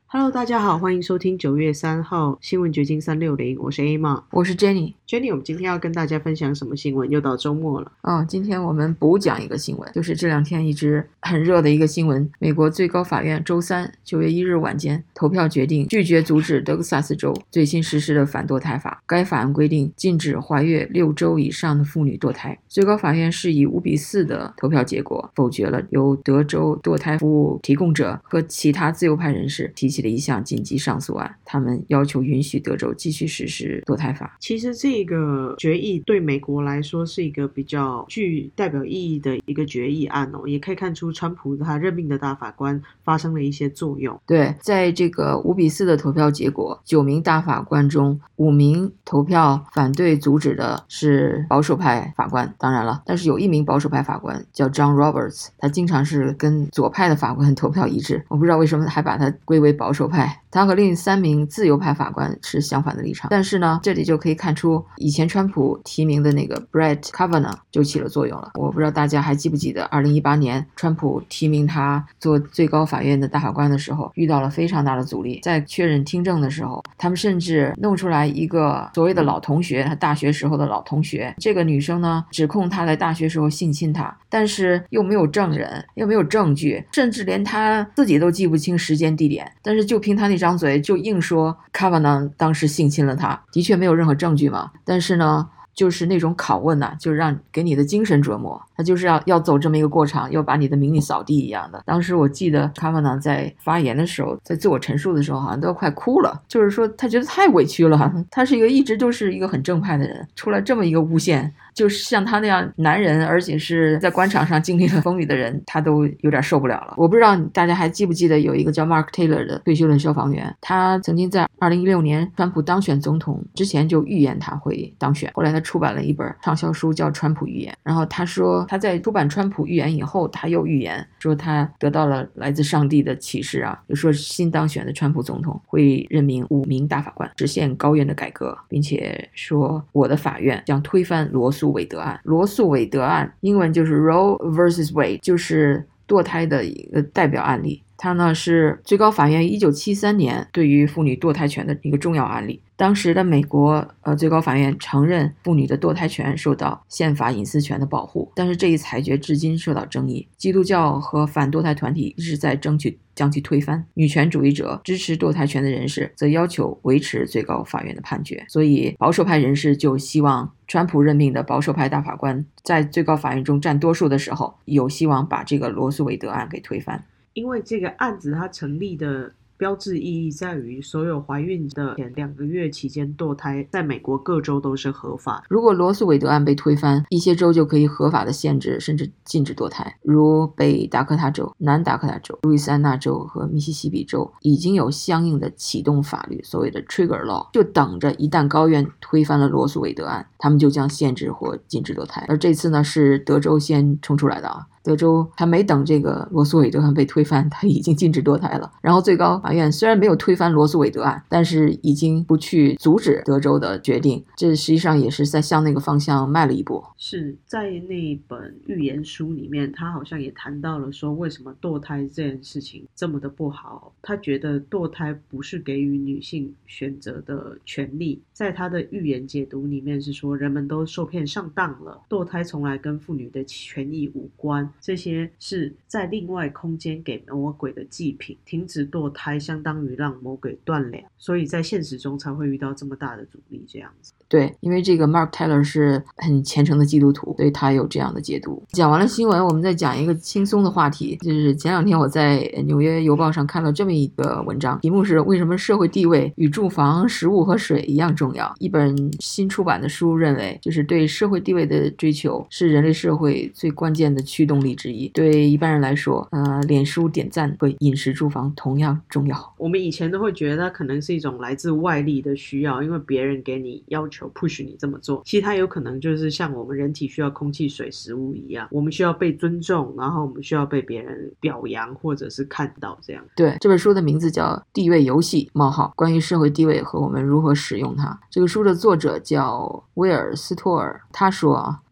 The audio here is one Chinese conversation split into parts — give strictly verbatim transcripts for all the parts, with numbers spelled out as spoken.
Hello， 大家好，欢迎收听九月三号新闻掘金三六零，我是 Emma， 我是 Jenny。Jenny， 我们今天要跟大家分享什么新闻？又到周末了。 哦，今天我们补讲一个新闻，就是这两天一直很热的一个新闻。美国最高法院周三九月一日晚间投票决定拒绝阻止德克萨斯州最新实施的反堕胎法。该法案规定禁止怀孕六周以上的妇女堕胎。最高法院是以五比四的投票结果否决了由德州堕胎服务提供者和其他自由派人士提起的一项紧急上诉案，他们要求允许德州继续实施堕胎法。 其实这个决议对美国来说是一个比较具代表意义的一个决议案哦，也可以看出川普他任命的大法官发生了一些作用。 对，在这个五比四的投票结果，九名大法官中五名投票反对阻止的是保守派法官，当然了，但是有一名保守派法官叫 John Roberts， 他经常是跟左派的法官投票一致，我不知道为什么还把他归为保守派。他和另三名自由派法官是相反的立场，但是呢，这里就可以看出以前川普提名的那个 Brett Kavanaugh 就起了作用了。我不知道大家还记不记得二零一八年川普提名他做最高法院的大法官的时候，遇到了非常大的阻力。在确认听证的时候，他们甚至弄出来一个所谓的老同学，他大学时候的老同学，这个女生呢指控他在大学时候性侵他，但是又没有证人，又没有证据，甚至连他自己都记不清时间地点，但是就凭他那张嘴就硬说 Kavanaugh 当时性侵了他，的确没有任何证据嘛，但是呢就是那种拷问呐、啊，就是让给你的精神折磨，他就是要要走这么一个过场，要把你的名誉扫地一样的。当时我记得卡瓦纳在发言的时候，在自我陈述的时候，好像都要快哭了，就是说他觉得太委屈了。他是一个一直就是一个很正派的人，出来这么一个诬陷，就是像他那样男人，而且是在官场上经历了风雨的人，他都有点受不了了。我不知道大家还记不记得有一个叫 Mark Taylor 的退休的消防员，他曾经在二零一六年川普当选总统之前就预言他会当选，后来他出版了一本畅销书叫《川普预言》，然后他说他在出版《川普预言》以后，他又预言说他得到了来自上帝的启示啊，就说新当选的川普总统会任命五名大法官，实现高院的改革，并且说我的法院将推翻罗诉韦德案。罗诉韦德案英文就是 Roe versus Wade， 就是堕胎的一个代表案例。它呢是最高法院一九七三年对于妇女堕胎权的一个重要案例。当时的美国呃最高法院承认妇女的堕胎权受到宪法隐私权的保护，但是这一裁决至今受到争议。基督教和反堕胎团体一直在争取将其推翻，女权主义者、支持堕胎权的人士则要求维持最高法院的判决。所以保守派人士就希望川普任命的保守派大法官在最高法院中占多数的时候，有希望把这个罗诉韦德案给推翻。 因为这个案子它成立的标志意义在于所有怀孕的前两个月期间堕胎在美国各州都是合法。 如果罗诉韦德案被推翻，一些州就可以合法的限制甚至禁止堕胎，如北达科他州、南达科他州、路易斯安那州和密西西比州已经有相应的启动法律，所谓的 trigger law， 就等着一旦高院推翻了罗诉韦德案，他们就将限制或禁止堕胎。而这次呢是德州先冲出来的啊，德州还没等这个罗诉韦德案被推翻，他已经禁止堕胎了。然后最高法院虽然没有推翻罗诉韦德案，但是已经不去阻止德州的决定，这实际上也是在向那个方向迈了一步。 是在那本预言书里面，他好像也谈到了说为什么堕胎这件事情这么的不好。他觉得堕胎不是给予女性选择的权利，在他的预言解读里面是说人们都受骗上当了，堕胎从来跟妇女的权益无关，这些是在另外空间给魔鬼的祭品，停止堕胎相当于让魔鬼断粮，所以在现实中才会遇到这么大的阻力这样子。 对，因为这个 Mark Taylor 是很虔诚的基督徒，所以他有这样的解读。讲完了新闻，我们再讲一个轻松的话题，就是前两天我在纽约邮报上看了这么一个文章，题目是为什么社会地位与住房、食物和水一样重要。一本新出版的书认为，就是对社会地位的追求是人类社会最关键的驱动力之一。对一般人来说，呃，脸书点赞和饮食住房同样重要。 我们以前都会觉得它可能是一种来自外力的需要，因为别人给你要求push 你这么做，其实它有可能就是像我们人体需要空气、水、食物一样，我们需要被尊重，然后我们需要被别人表扬或者是看到这样。 对，这本书的名字叫《地位游戏：冒号关于社会地位和我们如何使用它》。这个书的作者叫威尔斯托尔，他说啊，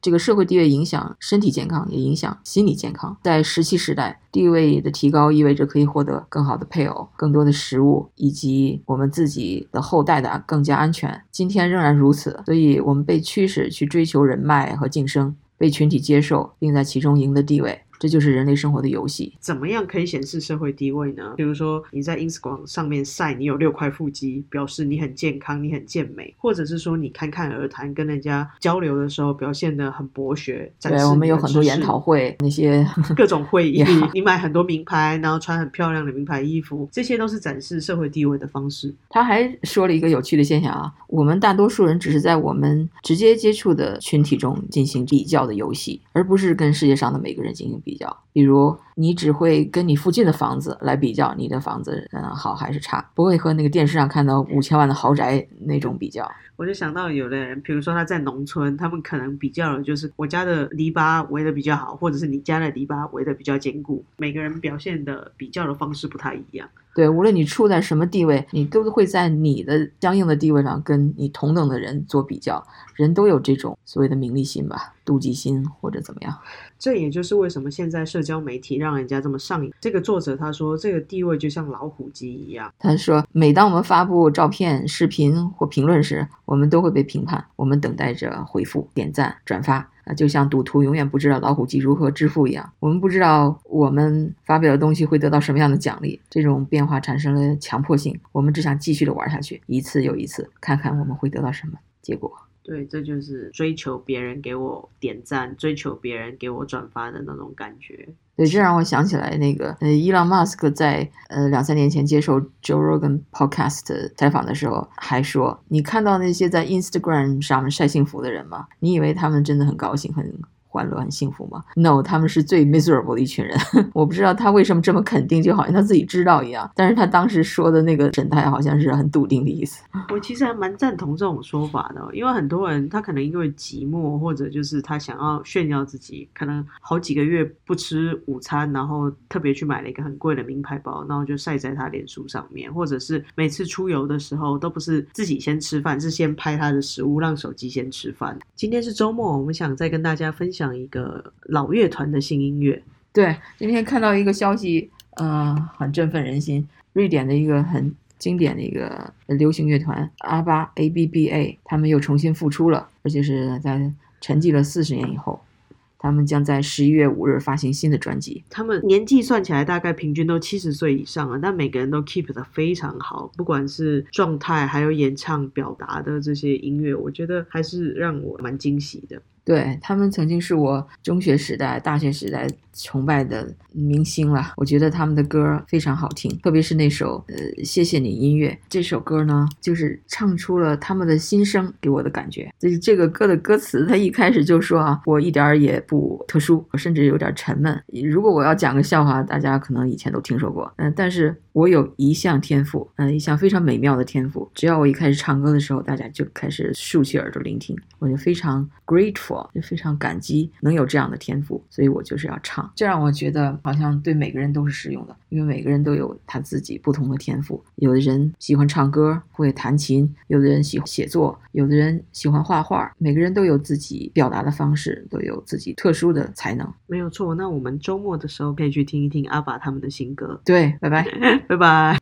这个社会地位影响身体健康，也影响心理健康。在石器时代，地位的提高意味着可以获得更好的配偶、更多的食物，以及我们自己的后代的更加安全。今天仍然如此，所以我们被驱使去追求人脉和晋升，被群体接受，并在其中赢得地位。这就是人类生活的游戏。 怎么样可以显示社会地位呢？比如说你在 Instagram 上面晒你有六块腹肌，表示你很健康，你很健美，或者是说你侃侃而谈，跟人家交流的时候表现得很博学，展示你的知识。 对，我们有很多研讨会，那些各种会议 ，yeah. 你买很多名牌，然后穿很漂亮的名牌衣服，这些都是展示社会地位的方式。 他还说了一个有趣的现象啊，我们大多数人只是在我们直接接触的群体中进行比较的游戏，而不是跟世界上的每个人进行比较。比如你只会跟你附近的房子来比较你的房子嗯好还是差，不会和那个电视上看到五千万的豪宅那种比较。 我就想到有的人，比如说他在农村，他们可能比较的就是我家的篱笆围得比较好，或者是你家的篱笆围得比较坚固，每个人表现的比较的方式不太一样。 对，无论你处在什么地位，你都会在你的相应的地位上跟你同等的人做比较。人都有这种所谓的名利心吧，妒忌心或者怎么样。 这也就是为什么现在社交媒体让人家这么上瘾。这个作者他说，这个地位就像老虎机一样。 他说，每当我们发布照片、视频或评论时，我们都会被评判，我们等待着回复、点赞、转发。就像赌徒永远不知道老虎机如何致富一样，我们不知道我们发表的东西会得到什么样的奖励。这种变化产生了强迫性，我们只想继续的玩下去，一次又一次，看看我们会得到什么结果。 对，这就是追求别人给我点赞，追求别人给我转发的那种感觉。 对，这让我想起来那个呃，伊朗马斯克在呃两三年前接受 Joe Rogan Podcast 采访的时候还说，你看到那些在 Instagram 上面晒幸福的人吗？你以为他们真的很高兴很欢乐很幸福吗？ No， 他们是最 miserable 的一群人。我不知道他为什么这么肯定，就好像他自己知道一样，但是他当时说的那个神态好像是很笃定的意思。 我其实还蛮赞同这种说法的，因为很多人他可能因为寂寞，或者就是他想要炫耀自己，可能好几个月不吃午餐，然后特别去买了一个很贵的名牌包，然后就晒在他脸书上面，或者是每次出游的时候都不是自己先吃饭，是先拍他的食物，让手机先吃饭。今天是周末，我们想再跟大家分享一个老乐团的新音乐。 对，今天看到一个消息呃，很振奋人心，瑞典的一个很经典的一个流行乐团阿巴 A B B A 他们又重新复出了，而且是在沉寂了四十年以后，他们将在十一月五日发行新的专辑。 他们年纪算起来大概平均都七十岁以上了，但每个人都 keep 得非常好，不管是状态还有演唱表达的这些音乐，我觉得还是让我蛮惊喜的。 对，他们曾经是我中学时代大学时代崇拜的明星了，我觉得他们的歌非常好听，特别是那首呃谢谢你音乐，这首歌呢就是唱出了他们的心声给我的感觉。就是这个歌的歌词，他一开始就说啊，我一点也不特殊，甚至有点沉闷，如果我要讲个笑话，大家可能以前都听说过，嗯、呃，但是我有一项天赋，嗯、呃，一项非常美妙的天赋，只要我一开始唱歌的时候，大家就开始竖起耳朵聆听，我就非常 grateful，就非常感激能有这样的天赋，所以我就是要唱。这让我觉得好像对每个人都是适用的，因为每个人都有他自己不同的天赋。有的人喜欢唱歌，会弹琴，有的人喜欢写作，有的人喜欢画画，每个人都有自己表达的方式，都有自己特殊的才能。 没有错，那我们周末的时候可以去听一听阿爸他们的新歌。 对，拜拜拜拜。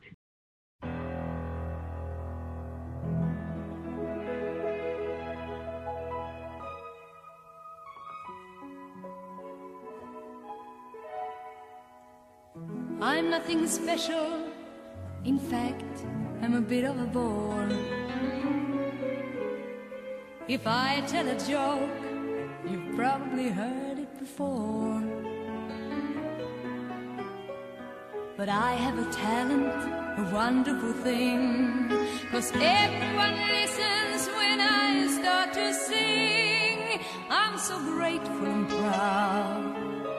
I'm nothing special, in fact, I'm a bit of a bore. If I tell a joke, you've probably heard it before. But I have a talent, a wonderful thing, 'cause everyone listens when I start to sing. I'm so grateful and proud.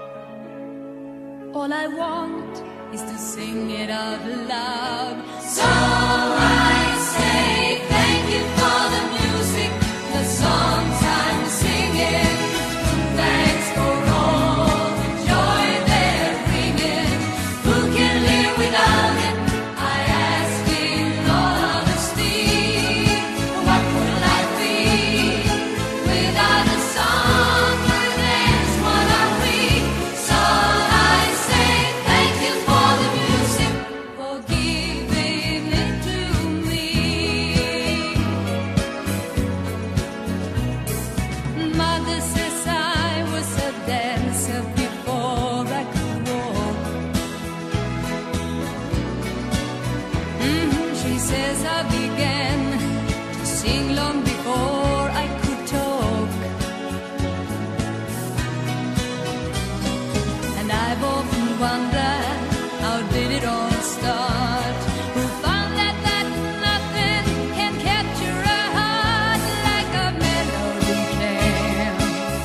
All I want is to sing it out loud. So I say thank you for the music, the songs I'm singing. Thanks for all the joy they're bringing. Who can live without it? I ask in all honesty. What would life be without a song? says I began to sing long before I could talk. And I've often wondered, how did it all start? Who found that, that nothing can capture a heart like a melody can?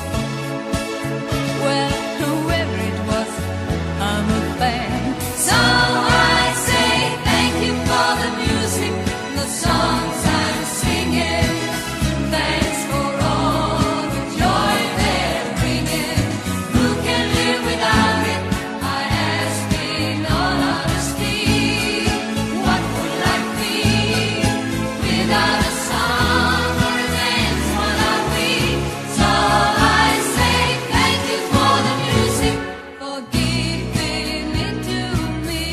Well, whoever it was, I'm a fan. So I say thank you for the music, the songs I'm singing. Thanks for all the joy they're bringing. Who can live without it? I ask in all honesty. What would life be without a song or a dance? What are we? So I say thank you for the music, for giving it to me.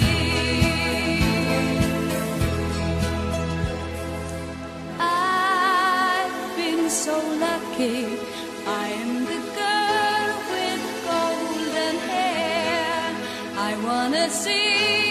I've been so lucky. I am the girl with golden hair. I wanna see